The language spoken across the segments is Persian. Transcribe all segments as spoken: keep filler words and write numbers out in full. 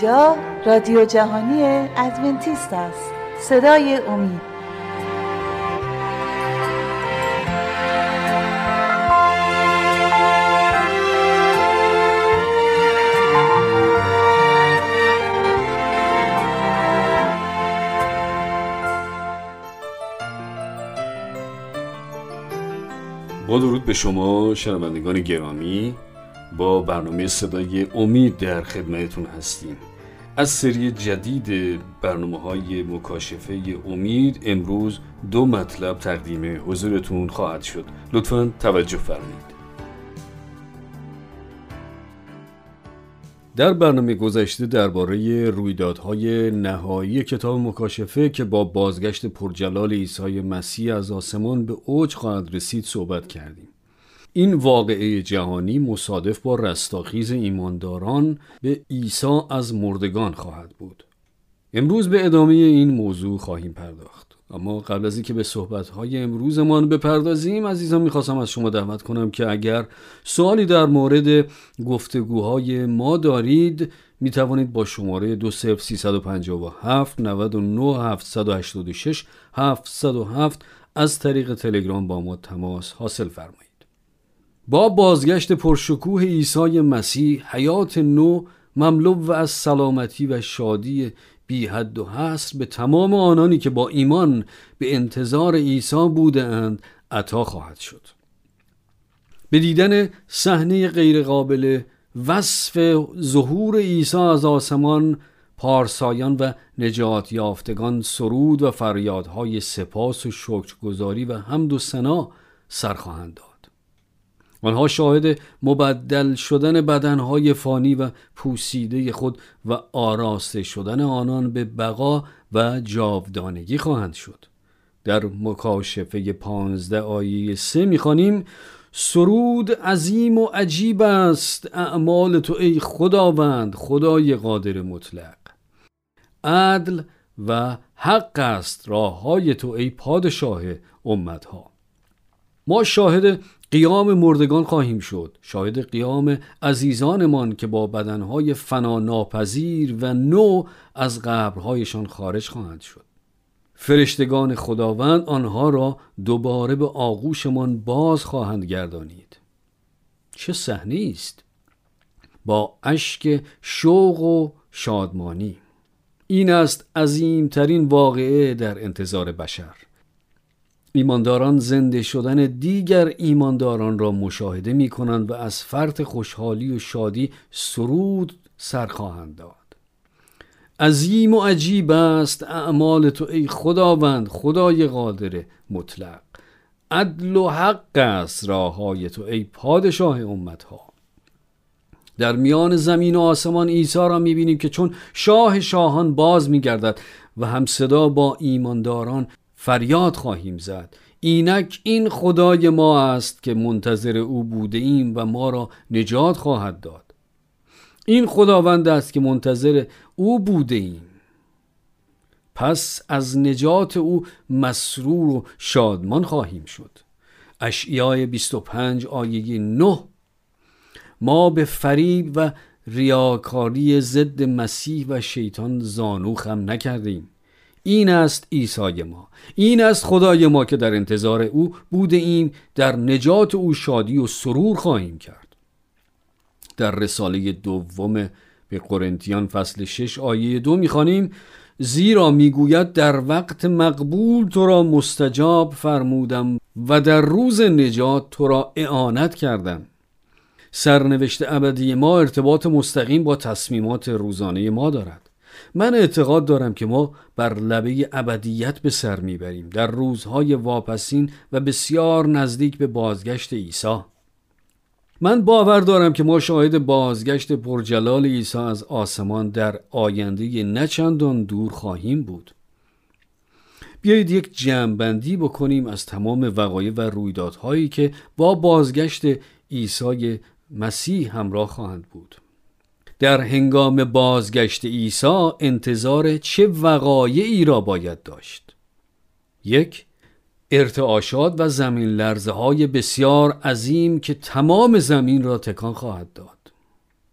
اینجا رادیو جهانی ادونتیست است، صدای امید. با درود به شما شنوندگان گرامی، با برنامه صدای امید در خدمتتون هستیم. از سری جدید برنامه‌های مکاشفه امید امروز دو مطلب تقدیم حضورتون خواهد شد. لطفاً توجه فرمایید. در برنامه گذشته درباره رویدادهای نهایی کتاب مکاشفه که با بازگشت پرجلال عیسی مسیح از آسمان به اوج خواهد رسید صحبت کردیم. این واقعه جهانی مصادف با رستاخیز ایمانداران به عیسی از مردگان خواهد بود. امروز به ادامه این موضوع خواهیم پرداخت. اما قبل از اینکه به صحبت‌های امروزمان بپردازیم، عزیزان می‌خواستم از شما دعوت کنم که اگر سوالی در مورد گفتگوهای ما دارید، می‌توانید با شماره دو صفر سه پنج هفت نود و نه هفتصد و هشتاد و شش هفتصد و هفت از طریق تلگرام با ما تماس حاصل فرمایید. با بازگشت پرشکوه عیسی مسیح، حیات نو مملو و از سلامتی و شادی بی حد و حصر به تمام آنانی که با ایمان به انتظار عیسی بودند عطا خواهد شد. به دیدن صحنه غیر قابل وصف ظهور عیسی از آسمان، پارسایان و نجات یافتگان سرود و فریادهای سپاس و شکرگزاری و حمد و ثنا سر خواهند داد. آنها شاهد مبدل شدن بدنهای فانی و پوسیده خود و آراسته شدن آنان به بقا و جاودانگی خواهند شد. در مکاشفه پانزده آیه سه می‌خوانیم: سرود عظیم و عجیب است اعمال تو ای خداوند، خدای قادر مطلق. عدل و حق است راههای تو ای پادشاه امتها. ما شاهد قیام مردگان خواهیم شد، شاهد قیام عزیزانمان که با بدنهای فنا ناپذیر و نو از قبرهایشان خارج خواهند شد. فرشتگان خداوند آنها را دوباره به آغوشمان باز خواهند گردانید. چه صحنه است! با اشک شوق و شادمانی. این است عظیمترین واقعه در انتظار بشر. ایمانداران زنده شدن دیگر ایمانداران را مشاهده می کنند و از فرط خوشحالی و شادی سرود سر خواهند داد. عظیم و عجیب است اعمال تو ای خداوند، خدای قادر مطلق. عدل و حق است راههای تو ای پادشاه امتها. در میان زمین و آسمان عیسی را می بینیم که چون شاه شاهان باز می گردد و همصدا با ایمانداران فریاد خواهیم زد: اینک این خدای ما است که منتظر او بوده ایم و ما را نجات خواهد داد. این خداوند است که منتظر او بوده ایم، پس از نجات او مسرور و شادمان خواهیم شد. اشعیا بیست و پنج آیه نه: ما به فریب و ریاکاری ضد مسیح و شیطان زانو خم نکردیم. این است عیسی ما، این است خدای ما که در انتظار او بوده ایم، در نجات او شادی و سرور خواهیم کرد. در رساله دوم به قرنتیان فصل شش آیه دو میخوانیم: زیرا میگوید در وقت مقبول تو را مستجاب فرمودم و در روز نجات تو را اعانت کردم. سرنوشت ابدی ما ارتباط مستقیم با تصمیمات روزانه ما دارد. من اعتقاد دارم که ما بر لبه ابدیت به سر میبریم، در روزهای واپسین و بسیار نزدیک به بازگشت عیسی. من باور دارم که ما شاهد بازگشت پرجلال عیسی از آسمان در آینده نچندان دور خواهیم بود. بیایید یک جمع‌بندی بکنیم از تمام وقایع و رویدادهایی که با بازگشت عیسی مسیح همراه خواهند بود. در هنگام بازگشت عیسی انتظار چه وقایعی را باید داشت؟ یک، ارتعاشات و زمین لرزه های بسیار عظیم که تمام زمین را تکان خواهد داد.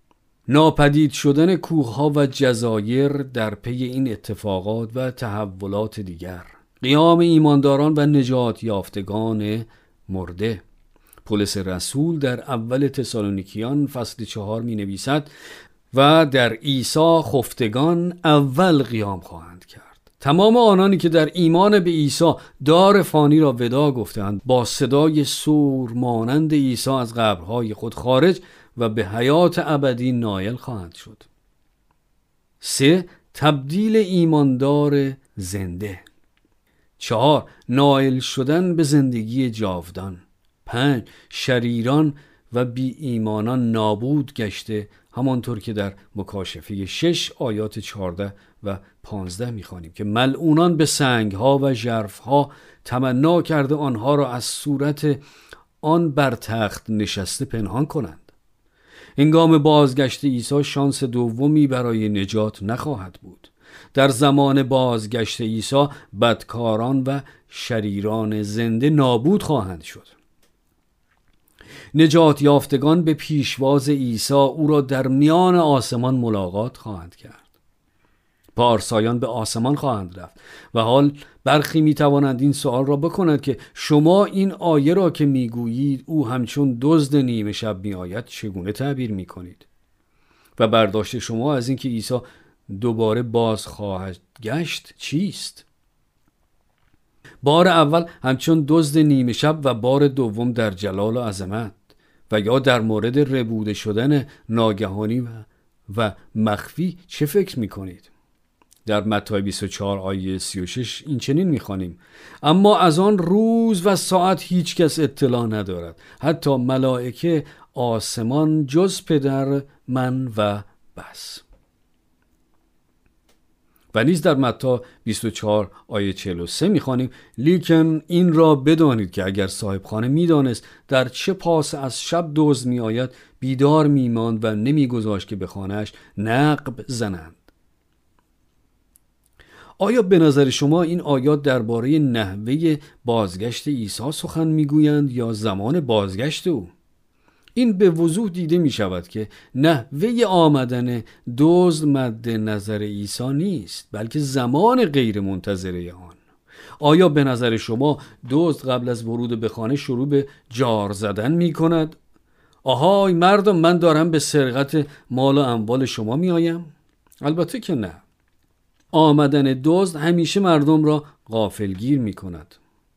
ناپدید شدن کوهها و جزایر در پی این اتفاقات و تحولات دیگر، قیام ایمانداران و نجات یافتگان مرده. پولس رسول در اول تسالونیکیان فصل چهار می نویسد و در عیسی خفتگان اول قیام خواهند کرد. تمام آنانی که در ایمان به عیسی دار فانی را ودا گفتند با صدای سور مانند عیسی از قبرهای خود خارج و به حیات ابدی نائل خواهند شد. سه، تبدیل ایماندار زنده. چهار، نائل شدن به زندگی جاودان. پنج، شریران و بی ایمانان نابود گشته، همانطور که در مکاشفه شش آیات چهارده و پانزده میخوانیم که ملعونان به سنگها و ژرفها تمنا کرده آنها را از صورت آن بر تخت نشسته پنهان کنند. هنگام بازگشت عیسی شانس دومی برای نجات نخواهد بود. در زمان بازگشت عیسی بدکاران و شریران زنده نابود خواهند شد. نجات یافتگان به پیشواز عیسی او را در میان آسمان ملاقات خواهند کرد. پارسایان به آسمان خواهند رفت و حال برخی می توانند این سوال را بکنند که شما این آیه را که می گویید او همچون دزد نیمه شب می آید چگونه تعبیر می کنید؟ و برداشت شما از اینکه عیسی دوباره باز خواهد گشت چیست؟ بار اول همچون دزد نیمه شب و بار دوم در جلال و عظمت، و یا در مورد ربوده شدن ناگهانی و, و مخفی چه فکر می کنید؟ در متی بیست و چهار آیه سی و شش این چنین می‌خوانیم: اما از آن روز و ساعت هیچ کس اطلاع ندارد، حتی ملائکه آسمان جز پدر من و بس. و نیز در متی بیست و چهار آیه چهل و سه می‌خوانیم: لیکن این را بدانید که اگر صاحب خانه می‌دانست در چه پاس از شب دزد می‌آید، بیدار می‌ماند و نمی‌گذاشت که به خانه‌اش نقب زنند. آیا به نظر شما این آیات درباره نحوه بازگشت عیسی سخن میگویند یا زمان بازگشت او؟ این به وضوح دیده می شود که نحوه آمدن دزد مد نظر عیسی نیست، بلکه زمان غیر منتظره آن. آیا به نظر شما دزد قبل از ورود به خانه شروع به جار زدن می کند؟ آهای مردم، من دارم به سرقت مال و اموال شما می آیم؟ البته که نه. آمدن دزد همیشه مردم را غافلگیر می کند.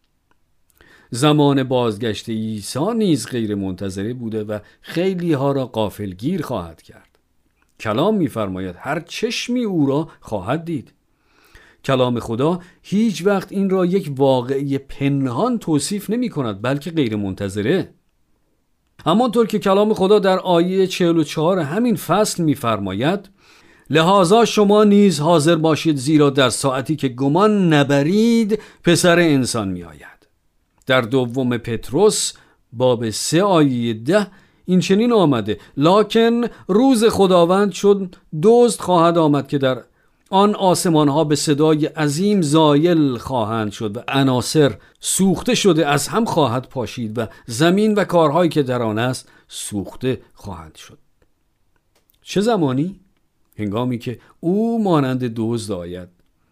زمان بازگشت عیسی نیز غیر منتظره بوده و خیلی ها را غافلگیر خواهد کرد. کلام می فرماید هر چشمی او را خواهد دید. کلام خدا هیچ وقت این را یک واقعه پنهان توصیف نمی کند، بلکه غیر منتظره. همانطور که کلام خدا در آیه چهل و چهار همین فصل می فرماید: لحاظا شما نیز حاضر باشید، زیرا در ساعتی که گمان نبرید پسر انسان می آید. در دوم پتروس باب سه آیه ده این چنین آمده: لکن روز خداوند شد دزد خواهد آمد که در آن آسمان ها به صدای عظیم زایل خواهند شد و عناصر سوخته شده از هم خواهد پاشید و زمین و کارهایی که در آن است سوخته خواهد شد. چه زمانی؟ هنگامی که او مانند دزد آید.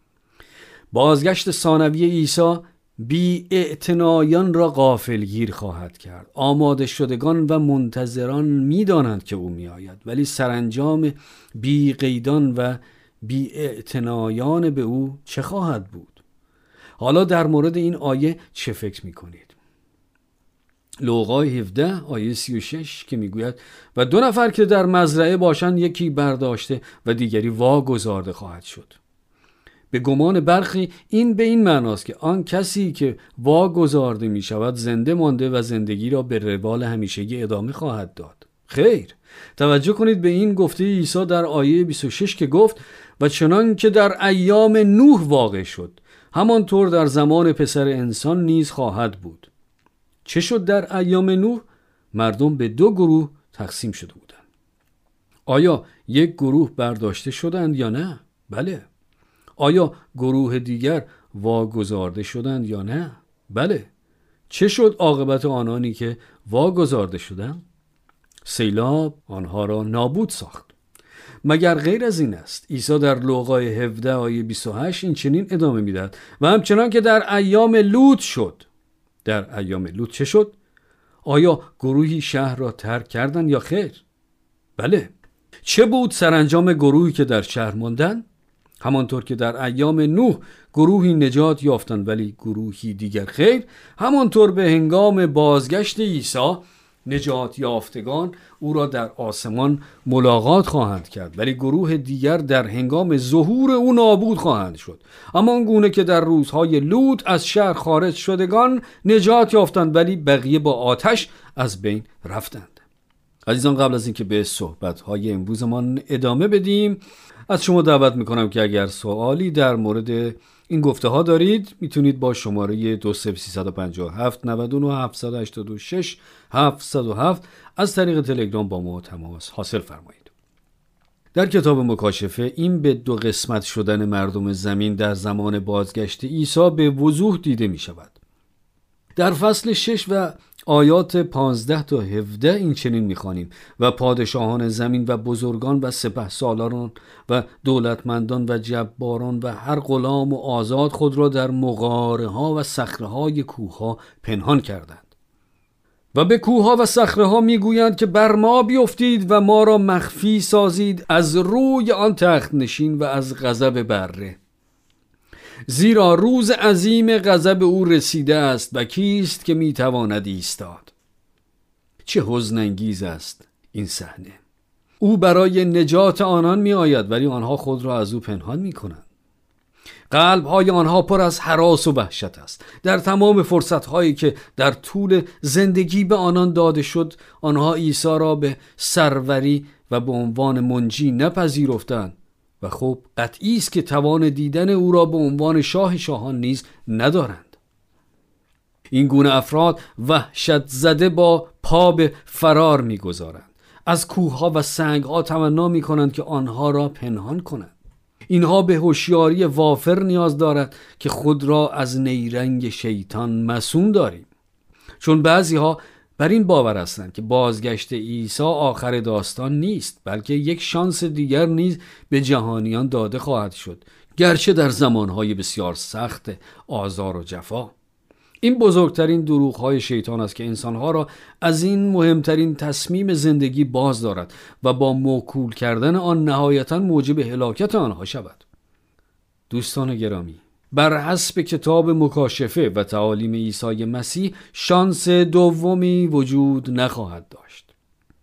بازگشت ثانوی عیسی بی اعتنایان را غافلگیر خواهد کرد. آماده شدگان و منتظران می دانند که او می آید، ولی سرانجام بی قیدان و بی اعتنایان به او چه خواهد بود؟ حالا در مورد این آیه چه فکر می کنید؟ لوقا هفده آیه سی و شش که میگوید: و دو نفر که در مزرعه باشند، یکی برداشته و دیگری واگذارده خواهد شد. به گمان برخی این به این معناست که آن کسی که واگذارده می شود زنده مانده و زندگی را به روال همیشگی ادامه خواهد داد. خیر، توجه کنید به این گفته عیسی در آیه بیست و شش که گفت: و چنان که در ایام نوح واقع شد، همانطور در زمان پسر انسان نیز خواهد بود. چه شد در ایام نوح؟ مردم به دو گروه تقسیم شده بودند. آیا یک گروه برداشته شدند یا نه؟ بله. آیا گروه دیگر واگذارده شدند یا نه؟ بله. چه شد عاقبت آنانی که واگذارده شدند؟ سیلاب آنها را نابود ساخت. مگر غیر از این است؟ عیسی در لوقای هفده آیه بیست و هشت این چنین ادامه میدهد: و همچنان که در ایام لوط شد. در ایام لوط چه شد؟ آیا گروهی شهر را ترک کردند یا خیر؟ بله. چه بود سرانجام گروهی که در شهر ماندند؟ همانطور که در ایام نوح گروهی نجات یافتند ولی گروهی دیگر خیر، همانطور به هنگام بازگشت عیسی نجات یافتگان او را در آسمان ملاقات خواهند کرد ولی گروه دیگر در هنگام ظهور او نابود خواهند شد. همان گونه که در روزهای لوط از شهر خارج شدگان نجات یافتند ولی بقیه با آتش از بین رفتند. عزیزان، قبل از اینکه به صحبت‌های امروزمان ادامه بدیم، از شما دعوت میکنم که اگر سوالی در مورد این گفته ها دارید میتونید با شماره دو صفر سه پنج هفت نه نه هفت هشت شش هفت صفر هفت از طریق تلگرام با ما تماس حاصل فرمایید. در کتاب مکاشفه این به دو قسمت شدن مردم زمین در زمان بازگشت عیسی به وضوح دیده می شود. در فصل شش و آیات پانزده تا هفده این چنین می‌خوانیم: و پادشاهان زمین و بزرگان و سپهسالاران و دولتمندان و جباران و هر غلام و آزاد خود را در مغاره‌ها و صخره‌های کوه‌ها پنهان کردند و به کوه‌ها و صخره‌ها می‌گویند که بر ما بیفتید و ما را مخفی سازید از روی آن تخت نشین و از غضب بره، زیرا روز عظیم غضب او رسیده است و کیست که میتواند ایستاد؟ چه حزن انگیز است این صحنه. او برای نجات آنان می آید ولی آنها خود را از او پنهان می کنند. قلب‌های آنها پر از هراس و وحشت است. در تمام فرصت‌هایی که در طول زندگی به آنان داده شد، آنها عیسی را به سروری و به عنوان منجی نپذیرفتند و خب قطعی است که توان دیدن او را به عنوان شاه شاهان نیز ندارند. این گونه افراد وحشت زده با پا به فرار می‌گذارند. از کوه‌ها و سنگ‌ها تمنا می‌کنند که آنها را پنهان کنند. اینها به هوشیاری وافر نیاز دارد که خود را از نیرنگ شیطان مصون داریم، چون بعضی‌ها بر این باور هستند که بازگشت عیسی آخر داستان نیست، بلکه یک شانس دیگر نیز به جهانیان داده خواهد شد، گرچه در زمانهای بسیار سخت آزار و جفا. این بزرگترین دروغ‌های شیطان است که انسانها را از این مهمترین تصمیم زندگی باز دارد و با موکول کردن آن نهایتاً موجب هلاکت آنها شود. دوستان گرامی، بر حسب کتاب مکاشفه و تعالیم عیسی مسیح شانس دومی وجود نخواهد داشت.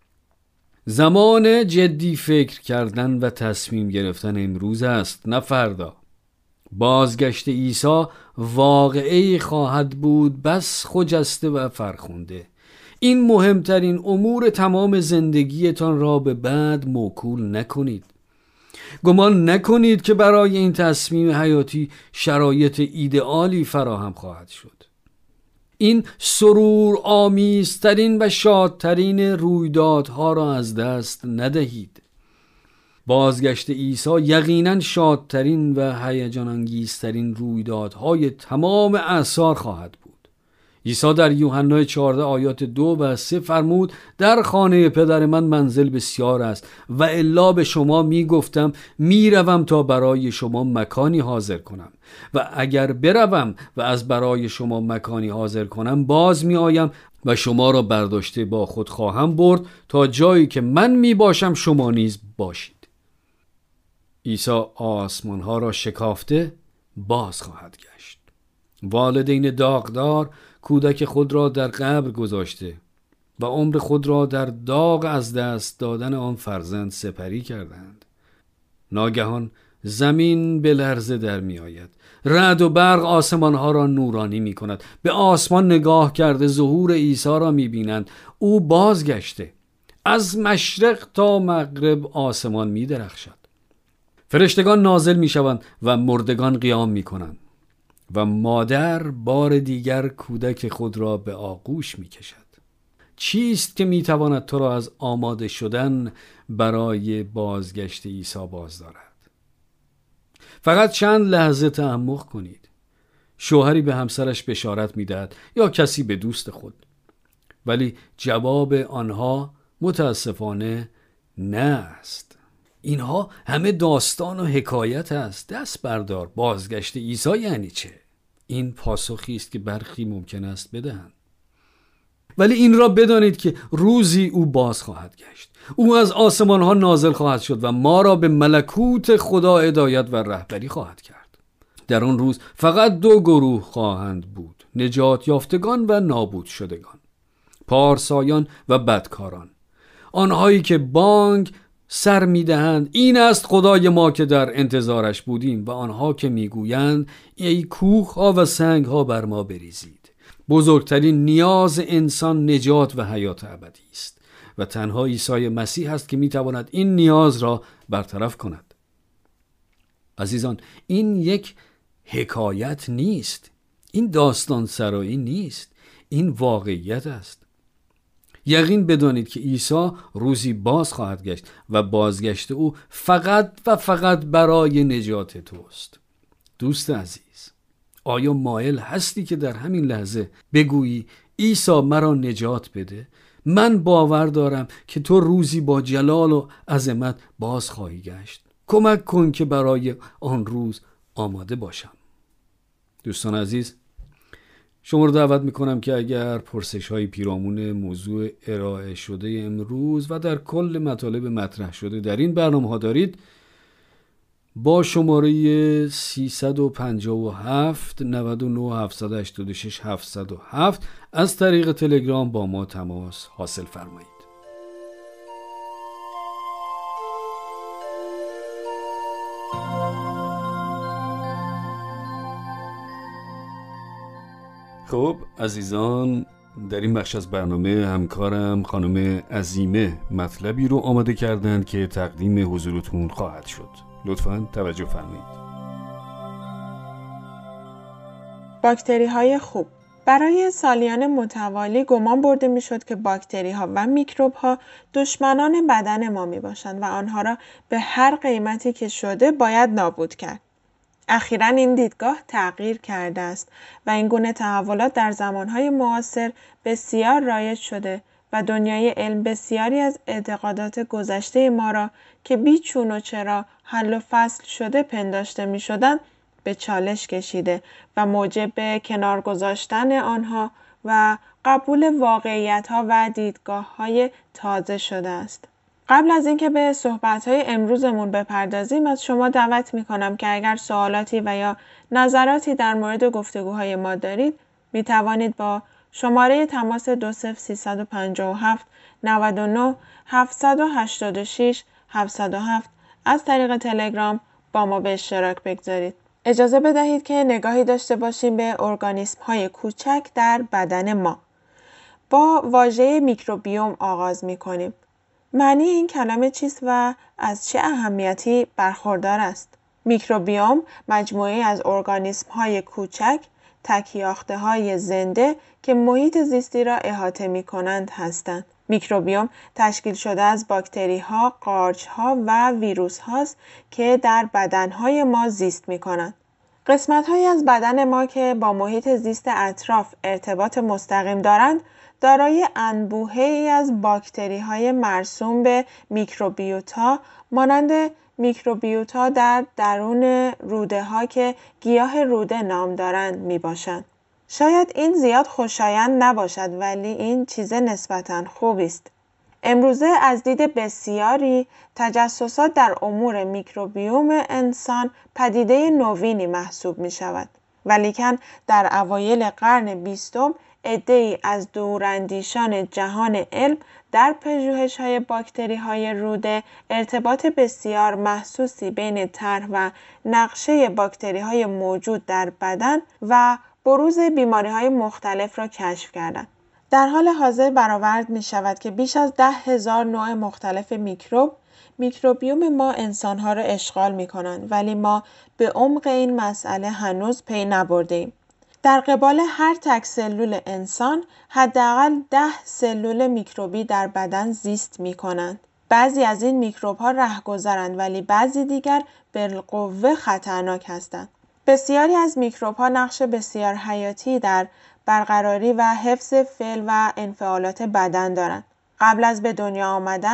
زمان جدی فکر کردن و تصمیم گرفتن امروز است، نه فردا. بازگشت عیسی واقعی خواهد بود، بس خجسته و فرخنده. این مهمترین امور تمام زندگیتان را به بعد موکول نکنید. گمان نکنید که برای این تصمیم حیاتی شرایط ایدئالی فراهم خواهد شد. این سرور آمیزترین و شادترین رویدادها را از دست ندهید. بازگشت عیسی یقیناً شادترین و هیجان انگیزترین رویدادهای تمام اعصار خواهد بود. عیسی در یوحنا چهارده آیات دو و سه فرمود: در خانه پدر من منزل بسیار است و الا به شما می گفتم می روم تا برای شما مکانی حاضر کنم و اگر بروم و از برای شما مکانی حاضر کنم باز می آیم و شما را برداشته با خود خواهم برد تا جایی که من می باشم شما نیز باشید. عیسی آسمان ها را شکافته باز خواهد گشت. والدین داغدار کودک خود را در قبر گذاشته و عمر خود را در داغ از دست دادن آن فرزند سپری کردند. ناگهان زمین به لرزه در می آید. رعد و برق آسمان ها را نورانی می کند. به آسمان نگاه کرده ظهور عیسی را می بینند. او بازگشته. از مشرق تا مغرب آسمان می درخشد. فرشتگان نازل می شوند و مردگان قیام می کنند و مادر بار دیگر کودک خود را به آغوش می کشد. چیست که می تواند تو را از آماده شدن برای بازگشت عیسی باز دارد؟ فقط چند لحظه تأمل کنید. شوهری به همسرش بشارت می دهد یا کسی به دوست خود، ولی جواب آنها متاسفانه نه است. اینها همه داستان و حکایت است. دست بردار، بازگشت عیسی یعنی چه؟ این پاسخی است که برخی ممکن است بدهند. ولی این را بدانید که روزی او باز خواهد گشت. او از آسمان ها نازل خواهد شد و ما را به ملکوت خدا هدایت و رهبری خواهد کرد. در آن روز فقط دو گروه خواهند بود: نجات یافتگان و نابود شدگان، پارسایان و بدکاران. آنهایی که بانگ سر میدهند این است خدای ما که در انتظارش بودیم، و آنها که میگویند ای کوه ها و سنگ ها بر ما بریزید. بزرگترین نیاز انسان نجات و حیات ابدی است و تنها عیسی مسیح است که میتواند این نیاز را برطرف کند. عزیزان، این یک حکایت نیست، این داستان سرایی نیست، این واقعیت است. یقین بدانید که عیسی روزی باز خواهد گشت و بازگشت او فقط و فقط برای نجات توست. دوست عزیز، آیا مایل هستی که در همین لحظه بگویی عیسی مرا نجات بده؟ من باور دارم که تو روزی با جلال و عظمت باز خواهی گشت. کمک کن که برای آن روز آماده باشم. دوستان عزیز، شما رو دعوت میکنم که اگر پرسش های پیرامون موضوع ارائه شده امروز و در کل مطالب مطرح شده در این برنامه ها دارید، با شماره سیصد و پنجاه و هفت نود و نه هفتصد و هشتاد و شش هفتصد و هفت از طریق تلگرام با ما تماس حاصل فرمایید. خب عزیزان، در این بخش از برنامه همکارم خانم عظیمه مطلبی رو آماده کردند که تقدیم حضورتون خواهد شد. لطفاً توجه فرمایید. باکتری های خوب. برای سالیان متوالی گمان برده می شد که باکتری ها و میکروب ها دشمنان بدن ما می باشند و آنها را به هر قیمتی که شده باید نابود کرد. اخیراً این دیدگاه تغییر کرده است و این گونه تحولات در زمانهای معاصر بسیار رایج شده و دنیای علم بسیاری از اعتقادات گذشته ما را که بی چون و چرا حل و فصل شده پنداشته می شدند به چالش کشیده و موجب کنار گذاشتن آنها و قبول واقعیت‌ها و دیدگاه‌های تازه شده است. قبل از اینکه به صحبت‌های امروزمون بپردازیم، از شما دعوت می‌کنم که اگر سوالاتی و یا نظراتی در مورد گفتگوهای ما دارید، می‌توانید با شماره تماس دو صفر سیصد و پنجاه و هفت نود و نه هفتصد و هشتاد و شش هفتصد و هفت از طریق تلگرام با ما به اشتراک بگذارید. اجازه بدهید که نگاهی داشته باشیم به ارگانیسم‌های کوچک در بدن ما. با واژه میکروبیوم آغاز می‌کنیم. معنی این کلمه چیست و از چه اهمیتی برخوردار است؟ میکروبیوم مجموعه‌ای از ارگانیسم‌های کوچک، تک‌یافته‌های زنده که محیط زیستی را احاطه می‌کنند هستند. میکروبیوم تشکیل شده از باکتری‌ها، قارچ‌ها و ویروس‌هاست که در بدن‌های ما زیست می‌کنند. قسمت‌هایی از بدن ما که با محیط زیست اطراف ارتباط مستقیم دارند، دارای انبوه‌ای از باکتری‌های مرسوم به میکروبیوتا مانند میکروبیوتا در درون روده‌ها که گیاه روده نام دارند میباشند. شاید این زیاد خوشایند نباشد، ولی این چیز نسبتاً خوبی است. امروزه از دید بسیاری تجسسات در امور میکروبیوم انسان پدیده نوینی محسوب می شود. ولیکن در اوایل قرن بیستم عده‌ای از دوراندیشان جهان علم در پژوهش‌های باکتری‌های روده ارتباط بسیار محسوسی بین طرح و نقشه باکتری‌های موجود در بدن و بروز بیماری‌های مختلف را کشف کردند. در حال حاضر برآورد می‌شود که بیش از ده هزار نوع مختلف میکروب میکروبیوم ما انسان‌ها را اشغال می‌کنند، ولی ما به عمق این مسئله هنوز پی نبرده‌ایم. در قبال هر تک سلول انسان حداقل ده سلول میکروبی در بدن زیست می‌کنند. بعضی از این میکروب‌ها رهگذرند، ولی بعضی دیگر بالقوه خطرناک هستند. بسیاری از میکروب‌ها نقش بسیار حیاتی در برقراری و حفظ فعل و انفعالات بدن دارند. قبل از به دنیا آمدن،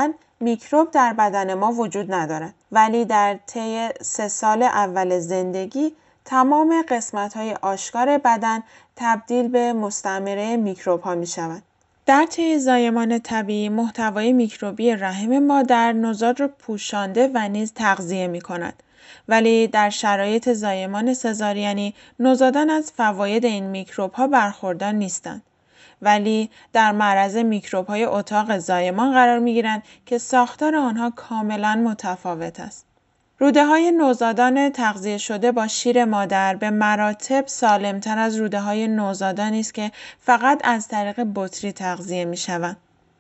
میکروب در بدن ما وجود ندارد، ولی در طی سه سال اول زندگی تمام قسمت‌های آشکار بدن تبدیل به مستعمره میکروب ها می شود. در طی زایمان طبیعی محتوای میکروبی رحم مادر نوزاد را پوشانده و نیز تغذیه می کند. ولی در شرایط زایمان سزارینی نوزادان از فواید این میکروب ها برخوردار نیستند. ولی در معرض میکروب های اتاق زایمان قرار می گیرند که ساختار آنها کاملا متفاوت است. روده های نوزادان تغذیه شده با شیر مادر به مراتب سالمتر از روده های نوزادانی است که فقط از طریق بطری تغذیه می شوند.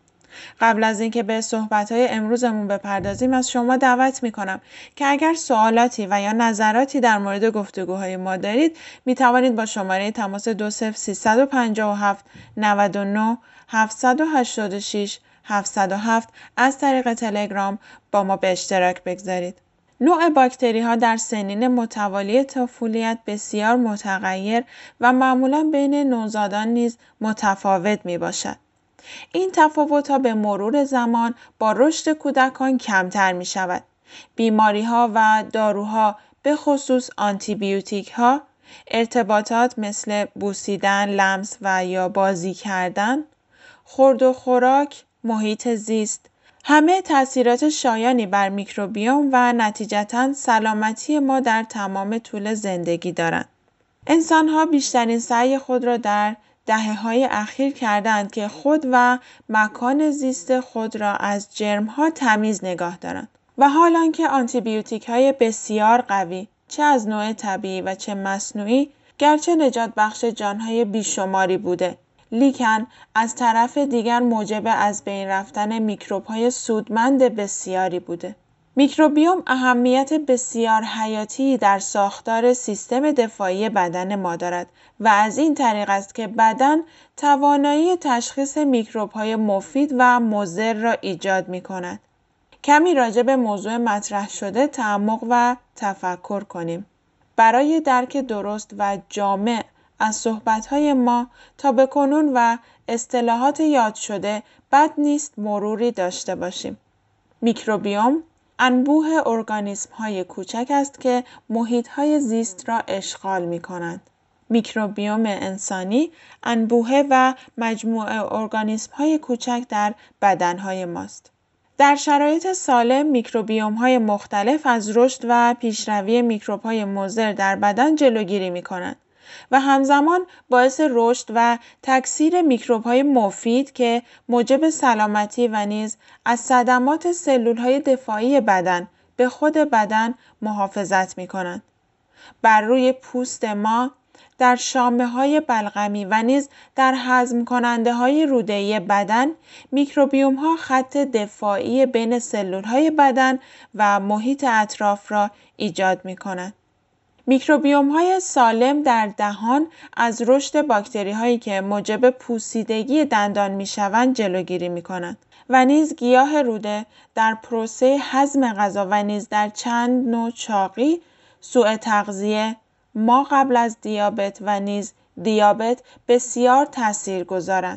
قبل از اینکه به صحبت‌های امروزمون بپردازیم از شما دعوت می‌کنم که اگر سوالاتی و یا نظراتی در مورد گفتگوهای ما دارید می توانید با شماره تماس دو صفر سه پنج هفت نه نه هفت هشت شش هفت صفر هفت از طریق تلگرام با ما به اشتراک بگذارید. نوع باکتری ها در سنین متوالی طفولیت بسیار متغیر و معمولاً بین نوزادان نیز متفاوت می باشد. این تفاوت ها به مرور زمان با رشد کودکان کمتر می شود. بیماری ها و داروها به خصوص آنتی بیوتیک ها، ارتباطات مثل بوسیدن، لمس و یا بازی کردن، خورد و خوراک، محیط زیست، همه تأثیرات شایانی بر میکروبیوم و نتیجتاً سلامتی ما در تمام طول زندگی دارند. انسان ها بیشترین سعی خود را در دهه‌های اخیر کردند که خود و مکان زیست خود را از جرم‌ها تمیز نگاه دارند و حال آنکه آنتی بیوتیک‌های بسیار قوی چه از نوع طبیعی و چه مصنوعی گرچه نجات بخش جان‌های بیشماری بوده، لیکن از طرف دیگر موجب از بین رفتن میکروب‌های سودمند بسیاری بوده. میکروبیوم اهمیت بسیار حیاتی در ساختار سیستم دفاعی بدن ما دارد و از این طریق است که بدن توانایی تشخیص میکروب‌های مفید و مضر را ایجاد می‌کند. کمی راجع به موضوع مطرح شده تعمق و تفکر کنیم. برای درک درست و جامع از صحبت‌های ما تا به کنون و اصطلاحات یاد شده بد نیست مروری داشته باشیم. میکروبیوم انبوه ارگانیسم‌های کوچک است که محیط‌های زیست را اشغال می‌کنند. میکروبیوم انسانی انبوه و مجموعه ارگانیسم‌های کوچک در بدن‌های ماست. در شرایط سالم میکروبیوم‌های مختلف از رشد و پیشروی میکروب‌های مضر در بدن جلوگیری می‌کنند و همزمان باعث رشد و تکثیر میکروب‌های مفید که موجب سلامتی و نیز از صدمات سلول‌های دفاعی بدن به خود بدن محافظت می‌کنند. بر روی پوست ما، در شامه‌های بلغمی و نیز در هضم کننده‌های روده‌ای بدن، میکروبیوم‌ها خط دفاعی بین سلول‌های بدن و محیط اطراف را ایجاد می‌کنند. میکروبیوم‌های سالم در دهان از رشد باکتری‌هایی که موجب پوسیدگی دندان می‌شوند جلوگیری می‌کنند و نیز گیاه روده در پروسه هضم غذا و نیز در چند نوع چاقی، سوء تغذیه، ما قبل از دیابت و نیز دیابت بسیار تاثیرگذارند.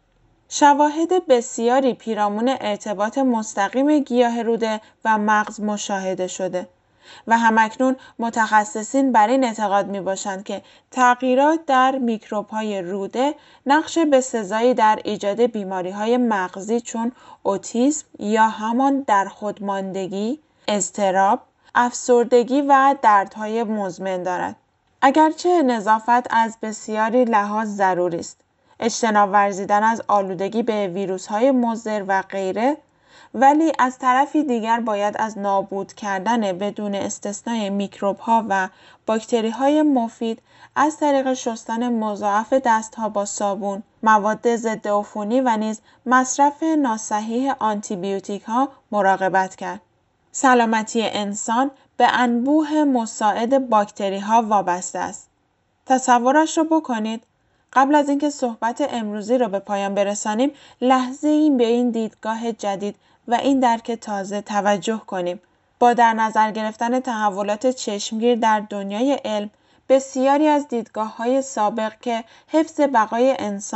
شواهد بسیاری پیرامون ارتباط مستقیم گیاه روده و مغز مشاهده شده و همکنون متخصصین بر این اعتقاد می باشند که تغییرات در میکروب‌های روده نقش بسزایی در ایجاد بیماری‌های مغزی چون اوتیسم یا همان در خودماندگی، اضطراب، افسردگی و دردهای مزمن دارد. اگرچه نظافت از بسیاری لحاظ ضروری است، اجتناب ورزیدن از آلودگی به ویروس‌های مضر و غیره، ولی از طرفی دیگر باید از نابود کردن بدون استثنای میکروب‌ها و باکتری‌های مفید از طریق شستن مضاعف دست‌ها با صابون، مواد ضد عفونی و نیز مصرف ناصحیح آنتی بیوتیک‌ها مراقبت کرد. سلامتی انسان به انبوه مساعد باکتری‌ها وابسته است. تصورش رو بکنید. قبل از اینکه صحبت امروزی رو به پایان برسانیم، لحظه این به این دیدگاه جدید و این درک تازه توجه کنیم. با در نظر گرفتن تحولات چشمگیر در دنیای علم، بسیاری از دیدگاه‌های سابق که حفظ بقای انسان،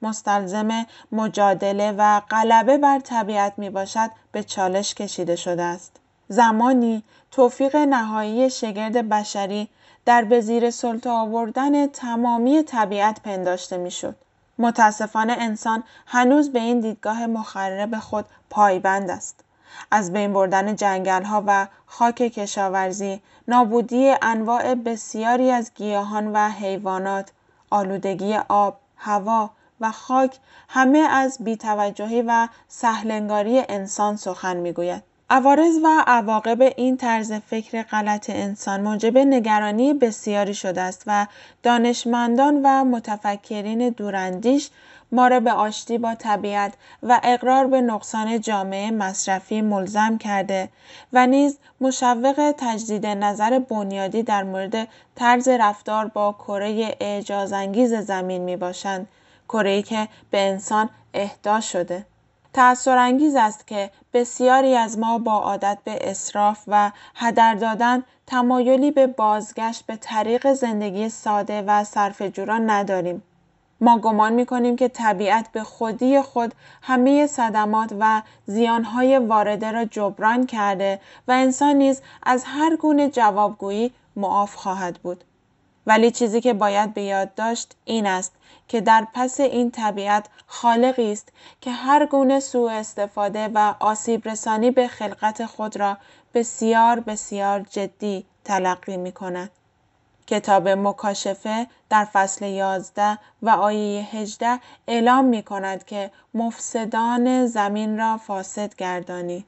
مستلزم مجادله و غلبه بر طبیعت می باشد به چالش کشیده شده است. زمانی توفیق نهایی شگرد بشری در به زیر سلطه آوردن تمامی طبیعت پنداشته می شد. متاسفانه انسان هنوز به این دیدگاه مخرب خود پایبند است. از بین بردن جنگل‌ها و خاک کشاورزی، نابودی انواع بسیاری از گیاهان و حیوانات، آلودگی آب، هوا و خاک همه از بی‌توجهی و سهل‌انگاری انسان سخن می‌گوید. عوارض و عواقب این طرز فکر غلط انسان موجب نگرانی بسیاری شده است و دانشمندان و متفکرین دوراندیش ما را به آشتی با طبیعت و اقرار به نقصان جامعه مصرفی ملزم کرده و نیز مشوق تجدید نظر بنیادی در مورد طرز رفتار با کره اعجازانگیز زمین می باشند، کره‌ای که به انسان اهدا شده. تأثرانگیز است که بسیاری از ما با عادت به اسراف و هدر دادن تمایلی به بازگشت به طریق زندگی ساده و صرفه‌جویان نداریم. ما گمان می‌کنیم که طبیعت به خودی خود همه صدمات و زیانهای وارده را جبران کرده و انسان نیز از هر گونه جوابگویی معاف خواهد بود. ولی چیزی که باید به یاد داشت این است که در پس این طبیعت خالقی است که هر گونه سوء استفاده و آسیب رسانی به خلقت خود را بسیار بسیار جدی تلقی می‌کند. کتاب مکاشفه در فصل یازده و آیه هجده اعلام می کند که مفسدان زمین را فاسد گردانی.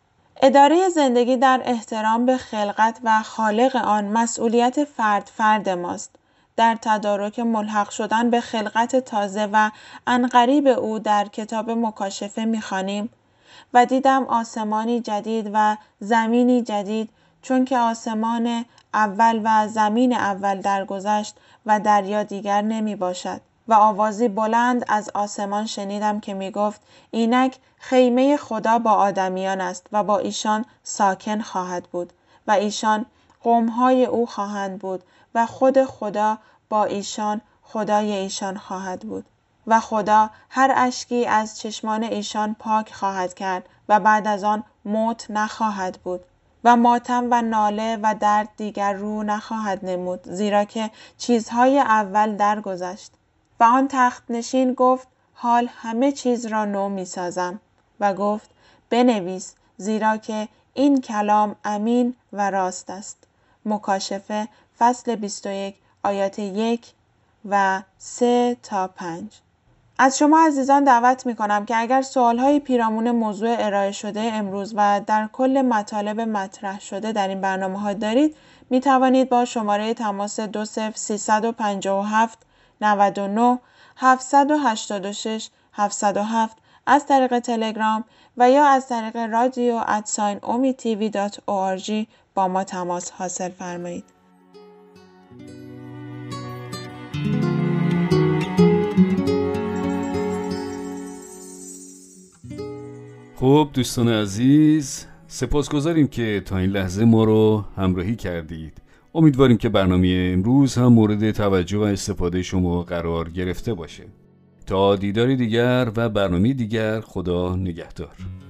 اداره زندگی در احترام به خلقت و خالق آن مسئولیت فرد فرد ماست. در تدارک ملحق شدن به خلقت تازه و عنقریب او در کتاب مکاشفه می خوانیم و دیدم آسمانی جدید و زمینی جدید، چون که آسمان اول و زمین اول درگذشت و دریا دیگر نمی باشد. و آوازی بلند از آسمان شنیدم که می گفت اینک خیمه خدا با آدمیان است و با ایشان ساکن خواهد بود و ایشان قومهای او خواهند بود و خود خدا با ایشان خدای ایشان خواهد بود و خدا هر اشکی از چشمان ایشان پاک خواهد کرد و بعد از آن موت نخواهد بود و ماتم و ناله و درد دیگر رو نخواهد نمود، زیرا که چیزهای اول درگذشت. و آن تخت نشین گفت حال همه چیز را نو می سازم و گفت بنویس، زیرا که این کلام امین و راست است. مکاشفه فصل بیست و یک آیات یک و سه تا پنج. از شما عزیزان دعوت می کنم که اگر سوالهای پیرامون موضوع ارائه شده امروز و در کل مطالب مطرح شده در این برنامه ها دارید، می توانید با شماره تماس دو صفر سیصد و پنجاه و هفت نود و نه هفتصد و هشتاد و شش هفتصد و هفت از طریق تلگرام و یا از طریق رادیو ات اومی تیوی دات او آر جی با ما تماس حاصل فرمایید. خب دوستان عزیز، سپاسگزاریم که تا این لحظه ما رو همراهی کردید. امیدواریم که برنامه امروز هم مورد توجه و استفاده شما قرار گرفته باشه. تا دیداری دیگر و برنامه دیگر، خدا نگهدار.